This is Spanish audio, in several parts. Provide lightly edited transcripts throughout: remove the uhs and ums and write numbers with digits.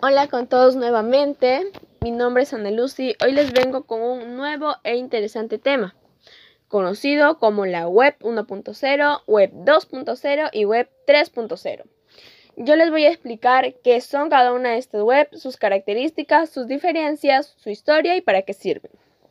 Hola con todos nuevamente, mi nombre es Ana Lucy. Hoy les vengo con un nuevo e interesante tema, conocido como la Web 1.0, Web 2.0 y Web 3.0. Yo les voy a explicar qué son cada una de estas webs, sus características, sus diferencias, su historia y para qué sirven.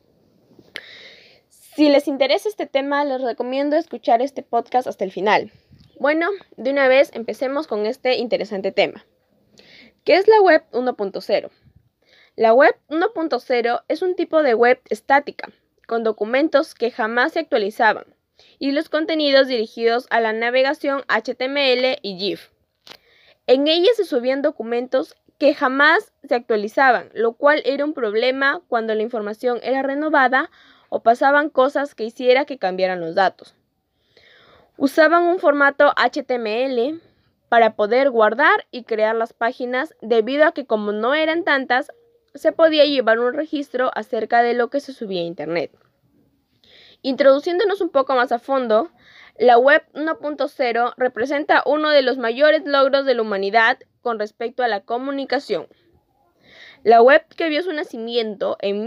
Si les interesa este tema, les recomiendo escuchar este podcast hasta el final. Bueno, de una vez empecemos con este interesante tema. ¿Qué es la Web 1.0? La Web 1.0 es un tipo de web estática, con documentos que jamás se actualizaban, y los contenidos dirigidos a la navegación HTML y GIF. En ella se subían documentos que jamás se actualizaban, lo cual era un problema cuando la información era renovada o pasaban cosas que hiciera que cambiaran los datos. Usaban un formato HTML para poder guardar y crear las páginas, debido a que como no eran tantas, se podía llevar un registro acerca de lo que se subía a Internet. Introduciéndonos un poco más a fondo, la Web 1.0 representa uno de los mayores logros de la humanidad con respecto a la comunicación. La web, que vio su nacimiento en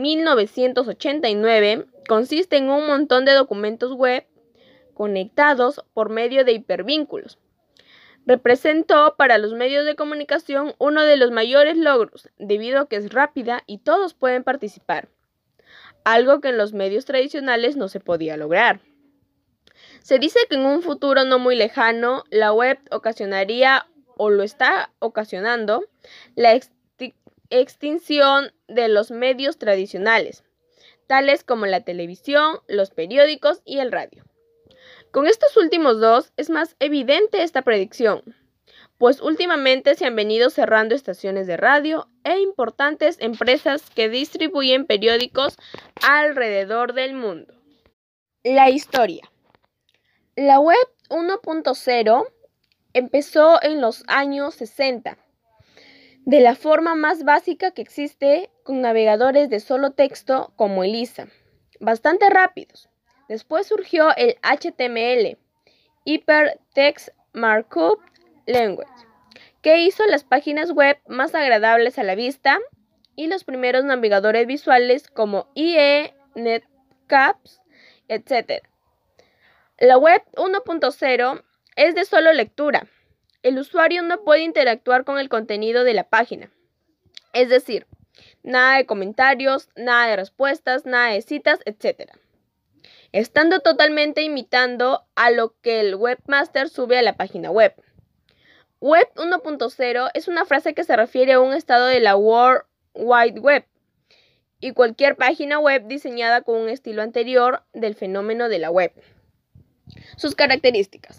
1989, consiste en un montón de documentos web conectados por medio de hipervínculos. Representó para los medios de comunicación uno de los mayores logros, debido a que es rápida y todos pueden participar, algo que en los medios tradicionales no se podía lograr. Se dice que en un futuro no muy lejano, la web ocasionaría, o lo está ocasionando, la extinción de los medios tradicionales, tales como la televisión, los periódicos y el radio. Con estos últimos dos es más evidente esta predicción, pues últimamente se han venido cerrando estaciones de radio e importantes empresas que distribuyen periódicos alrededor del mundo. La historia. La Web 1.0 empezó en los años 60, de la forma más básica que existe, con navegadores de solo texto como ELIZA, bastante rápidos. Después surgió el HTML, Hypertext Markup Language, que hizo las páginas web más agradables a la vista, y los primeros navegadores visuales como IE, Netcaps, etc. La Web 1.0 es de solo lectura. El usuario no puede interactuar con el contenido de la página, es decir, nada de comentarios, nada de respuestas, nada de citas, etc., estando totalmente imitando a lo que el webmaster sube a la página web. Web 1.0 es una frase que se refiere a un estado de la World Wide Web y cualquier página web diseñada con un estilo anterior del fenómeno de la web. Sus características.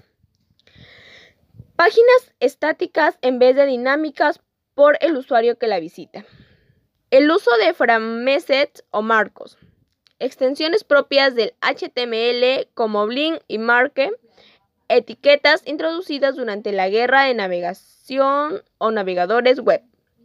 Páginas estáticas en vez de dinámicas por el usuario que la visita. El uso de framesets o marcos. Extensiones propias del HTML como Bling y Marque. Etiquetas introducidas durante la guerra de navegación o navegadores web.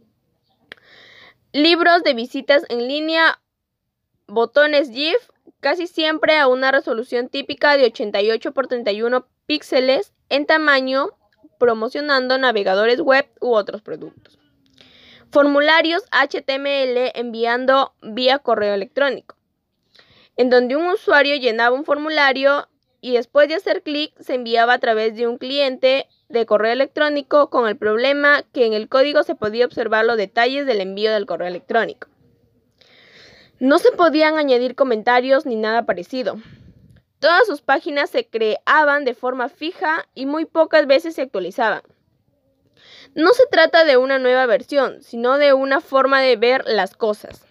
Libros de visitas en línea. Botones GIF, casi siempre a una resolución típica de 88 por 31 píxeles en tamaño, promocionando navegadores web u otros productos. Formularios HTML enviando vía correo electrónico, en donde un usuario llenaba un formulario y después de hacer clic se enviaba a través de un cliente de correo electrónico, con el problema que en el código se podía observar los detalles del envío del correo electrónico. No se podían añadir comentarios ni nada parecido. Todas sus páginas se creaban de forma fija y muy pocas veces se actualizaban. No se trata de una nueva versión, sino de una forma de ver las cosas.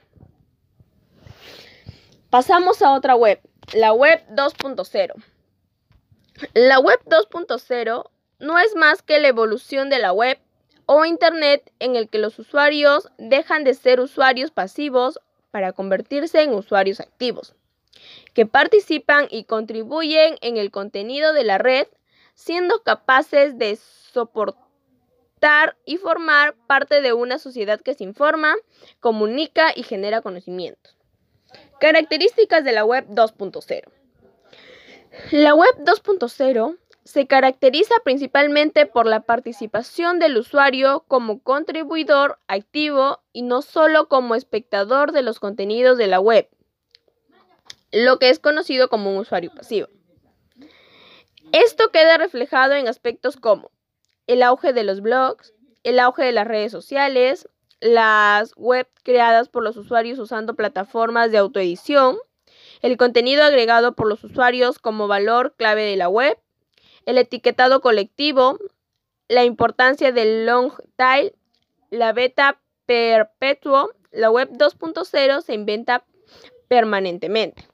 Pasamos a otra web, la Web 2.0. La Web 2.0 no es más que la evolución de la web o Internet, en el que los usuarios dejan de ser usuarios pasivos para convertirse en usuarios activos, que participan y contribuyen en el contenido de la red, siendo capaces de soportar y formar parte de una sociedad que se informa, comunica y genera conocimientos. Características de la Web 2.0. La Web 2.0 se caracteriza principalmente por la participación del usuario como contribuidor activo y no solo como espectador de los contenidos de la web, lo que es conocido como un usuario pasivo. Esto queda reflejado en aspectos como el auge de los blogs, el auge de las redes sociales, las web creadas por los usuarios usando plataformas de autoedición, el contenido agregado por los usuarios como valor clave de la web, el etiquetado colectivo, la importancia del long tail, la beta perpetuo, la web 2.0 se inventa permanentemente.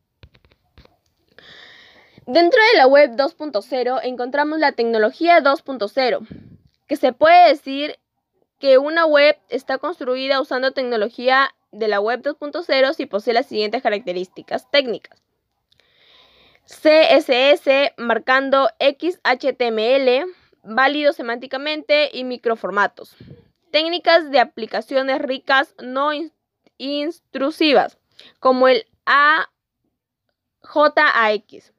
Dentro de la web 2.0 encontramos la tecnología 2.0, que se puede decir que una web está construida usando tecnología de la web 2.0 si posee las siguientes características técnicas. CSS marcando XHTML, válido semánticamente y microformatos. Técnicas de aplicaciones ricas no intrusivas, como el AJAX.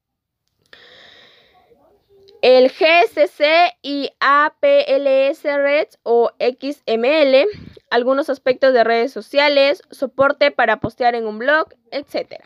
El GCC y APLS Reds o XML, algunos aspectos de redes sociales, soporte para postear en un blog, etc.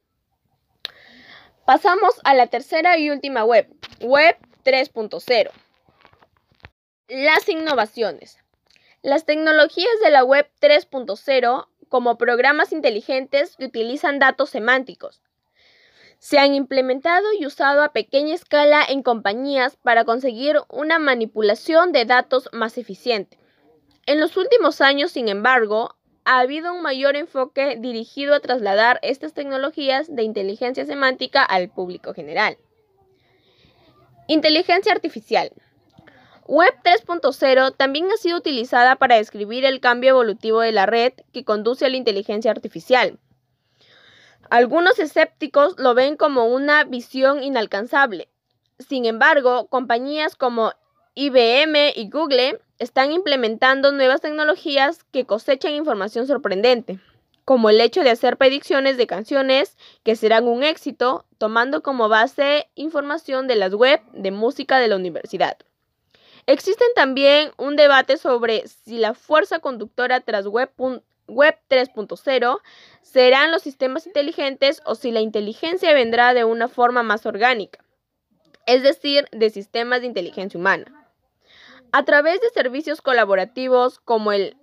Pasamos a la tercera y última web, Web 3.0. Las innovaciones. Las tecnologías de la Web 3.0, como programas inteligentes que utilizan datos semánticos, se han implementado y usado a pequeña escala en compañías para conseguir una manipulación de datos más eficiente. En los últimos años, sin embargo, ha habido un mayor enfoque dirigido a trasladar estas tecnologías de inteligencia semántica al público general. Inteligencia artificial. Web 3.0 también ha sido utilizada para describir el cambio evolutivo de la red que conduce a la inteligencia artificial. Algunos escépticos lo ven como una visión inalcanzable. Sin embargo, compañías como IBM y Google están implementando nuevas tecnologías que cosechan información sorprendente, como el hecho de hacer predicciones de canciones que serán un éxito, tomando como base información de las web de música de la universidad. Existen también un debate sobre si la fuerza conductora tras Web 3.0 serán los sistemas inteligentes o si la inteligencia vendrá de una forma más orgánica, es decir, de sistemas de inteligencia humana. A través de servicios colaborativos como el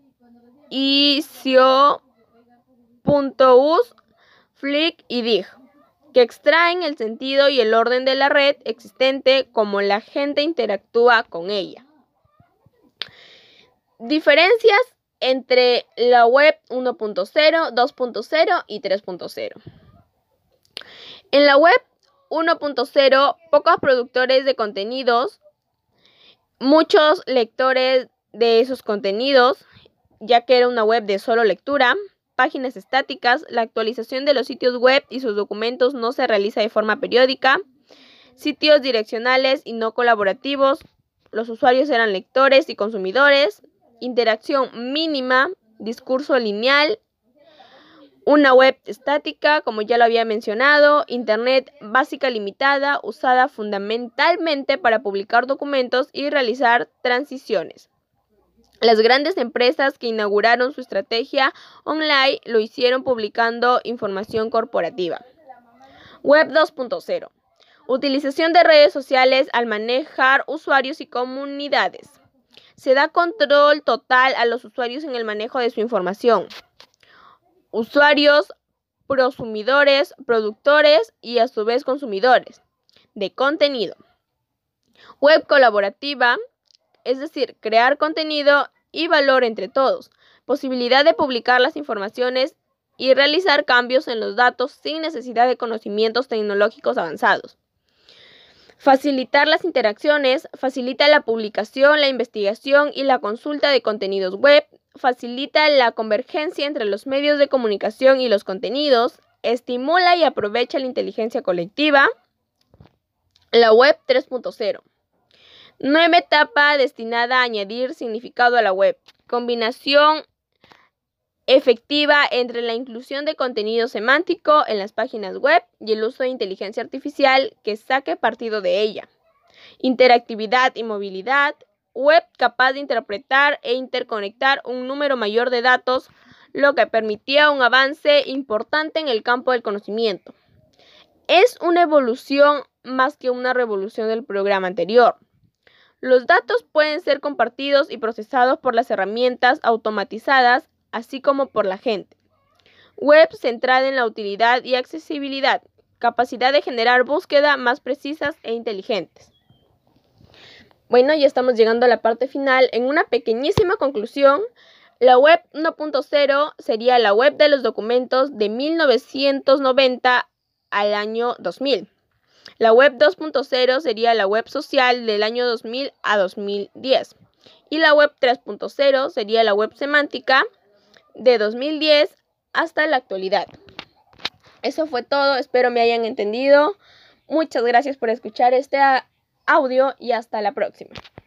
ICO.us, Flick y Dig, que extraen el sentido y el orden de la red existente como la gente interactúa con ella. Diferencias entre la web 1.0, 2.0 y 3.0. En la web 1.0, pocos productores de contenidos, muchos lectores de esos contenidos, ya que era una web de solo lectura, páginas estáticas, la actualización de los sitios web y sus documentos no se realiza de forma periódica, sitios direccionales y no colaborativos, los usuarios eran lectores y consumidores, interacción mínima, discurso lineal, una web estática, como ya lo había mencionado, internet básica limitada, usada fundamentalmente para publicar documentos y realizar transiciones. Las grandes empresas que inauguraron su estrategia online lo hicieron publicando información corporativa. Web 2.0. Utilización de redes sociales al manejar usuarios y comunidades. Se da control total a los usuarios en el manejo de su información. Usuarios, prosumidores, productores y a su vez consumidores de contenido. Web colaborativa, es decir, crear contenido y valor entre todos. Posibilidad de publicar las informaciones y realizar cambios en los datos sin necesidad de conocimientos tecnológicos avanzados. Facilitar las interacciones, facilita la publicación, la investigación y la consulta de contenidos web, facilita la convergencia entre los medios de comunicación y los contenidos, estimula y aprovecha la inteligencia colectiva. La web 3.0. Nueva etapa destinada a añadir significado a la web. Combinación efectiva entre la inclusión de contenido semántico en las páginas web y el uso de inteligencia artificial que saque partido de ella. interactividad y movilidad, web capaz de interpretar e interconectar un número mayor de datos, lo que permitía un avance importante en el campo del conocimiento. Es una evolución más que una revolución del programa anterior. Los datos pueden ser compartidos y procesados por las herramientas automatizadas, así como por la gente. Web centrada en la utilidad y accesibilidad, capacidad de generar búsquedas más precisas e inteligentes. Bueno, ya estamos llegando a la parte final. En una pequeñísima conclusión, la web 1.0 sería la web de los documentos de 1990 al año 2000. La web 2.0 sería la web social del año 2000 a 2010. Y la web 3.0 sería la web semántica de 2010 hasta la actualidad. Eso fue todo, espero me hayan entendido. Muchas gracias por escuchar este audio y hasta la próxima.